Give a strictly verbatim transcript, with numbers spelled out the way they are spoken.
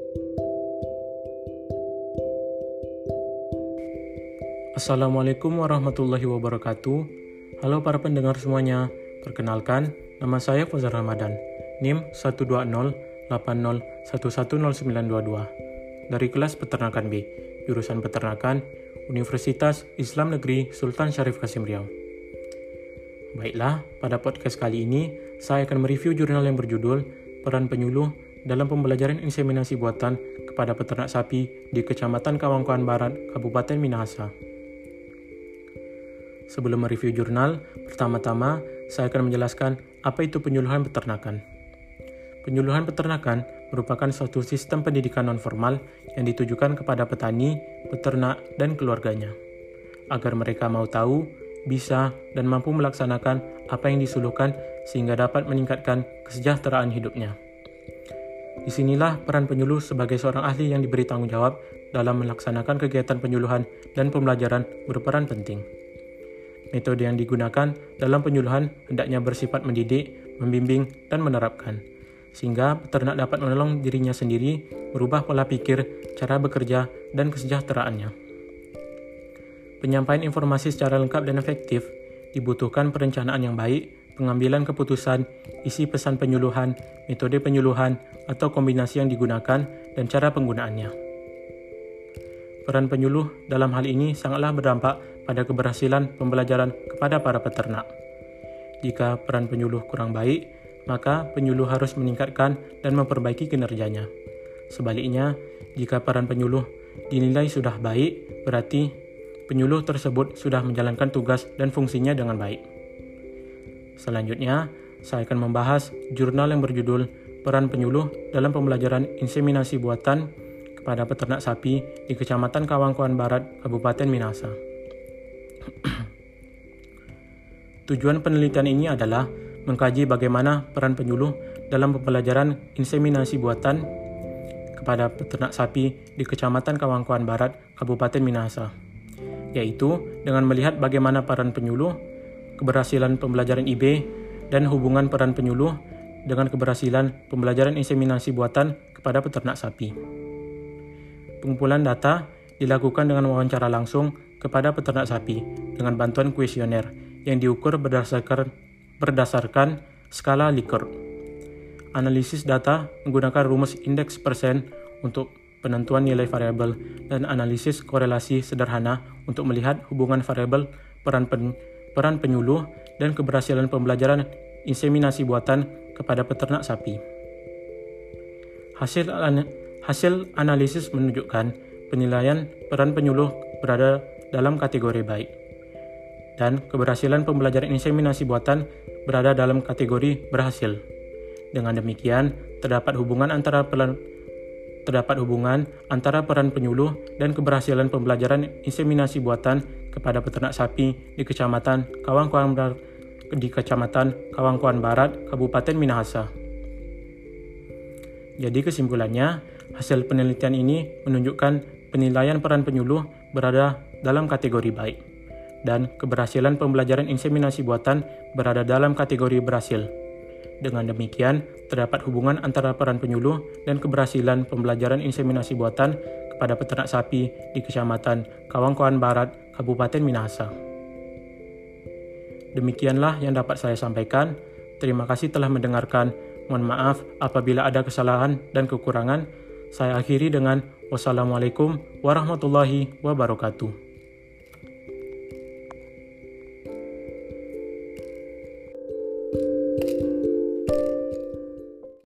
Assalamualaikum warahmatullahi wabarakatuh. Halo para pendengar semuanya. Perkenalkan, nama saya Fauzan Ramadan, N I M satu dua nol delapan nol satu satu nol sembilan dua dua. Dari kelas Peternakan B, jurusan Peternakan, Universitas Islam Negeri Sultan Syarif Kasim Riau. Baiklah, pada podcast kali ini, saya akan mereview jurnal yang berjudul Peran Penyuluh dalam Pembelajaran Inseminasi Buatan kepada Peternak Sapi di Kecamatan Kawangkoan Barat, Kabupaten Minahasa. Sebelum mereview jurnal, pertama-tama saya akan menjelaskan apa itu penyuluhan peternakan. Penyuluhan peternakan merupakan suatu sistem pendidikan non-formal yang ditujukan kepada petani, peternak, dan keluarganya, agar mereka mau tahu, bisa, dan mampu melaksanakan apa yang disuluhkan sehingga dapat meningkatkan kesejahteraan hidupnya. Disinilah peran penyuluh sebagai seorang ahli yang diberi tanggung jawab dalam melaksanakan kegiatan penyuluhan dan pembelajaran berperan penting. Metode yang digunakan dalam penyuluhan hendaknya bersifat mendidik, membimbing, dan menerapkan, sehingga peternak dapat menolong dirinya sendiri, merubah pola pikir, cara bekerja, dan kesejahteraannya. Penyampaian informasi secara lengkap dan efektif dibutuhkan perencanaan yang baik, pengambilan keputusan, isi pesan penyuluhan, metode penyuluhan, atau kombinasi yang digunakan, dan cara penggunaannya. Peran penyuluh dalam hal ini sangatlah berdampak pada keberhasilan pembelajaran kepada para peternak. Jika peran penyuluh kurang baik, maka penyuluh harus meningkatkan dan memperbaiki kinerjanya. Sebaliknya, jika peran penyuluh dinilai sudah baik, berarti penyuluh tersebut sudah menjalankan tugas dan fungsinya dengan baik. Selanjutnya, saya akan membahas jurnal yang berjudul Peran Penyuluh dalam Pembelajaran Inseminasi Buatan kepada Peternak Sapi di Kecamatan Kawangkoan Barat, Kabupaten Minahasa. Tujuan penelitian ini adalah mengkaji bagaimana peran penyuluh dalam pembelajaran inseminasi buatan kepada peternak sapi di Kecamatan Kawangkoan Barat, Kabupaten Minahasa, yaitu dengan melihat bagaimana peran penyuluh, keberhasilan pembelajaran I B, dan hubungan peran penyuluh dengan keberhasilan pembelajaran inseminasi buatan kepada peternak sapi. Pengumpulan data dilakukan dengan wawancara langsung kepada peternak sapi dengan bantuan kuesioner yang diukur berdasarkan, berdasarkan skala Likert. Analisis data menggunakan rumus indeks persen untuk penentuan nilai variabel dan analisis korelasi sederhana untuk melihat hubungan variabel peran, pen, peran penyuluh dan keberhasilan pembelajaran inseminasi buatan kepada peternak sapi. Hasil Hasil analisis menunjukkan penilaian peran penyuluh berada dalam kategori baik, dan keberhasilan pembelajaran inseminasi buatan berada dalam kategori berhasil. Dengan demikian, terdapat hubungan antara peran, terdapat hubungan antara peran penyuluh dan keberhasilan pembelajaran inseminasi buatan kepada peternak sapi di Kecamatan Kawangkoan Barat, di Kecamatan Kawangkoan Barat, Kabupaten Minahasa. Jadi kesimpulannya, hasil penelitian ini menunjukkan penilaian peran penyuluh berada dalam kategori baik, dan keberhasilan pembelajaran inseminasi buatan berada dalam kategori berhasil. Dengan demikian, terdapat hubungan antara peran penyuluh dan keberhasilan pembelajaran inseminasi buatan kepada peternak sapi di Kecamatan Kawangkoan Barat, Kabupaten Minahasa. Demikianlah yang dapat saya sampaikan. Terima kasih telah mendengarkan. Mohon maaf apabila ada kesalahan dan kekurangan. Saya akhiri dengan wassalamualaikum warahmatullahi wabarakatuh.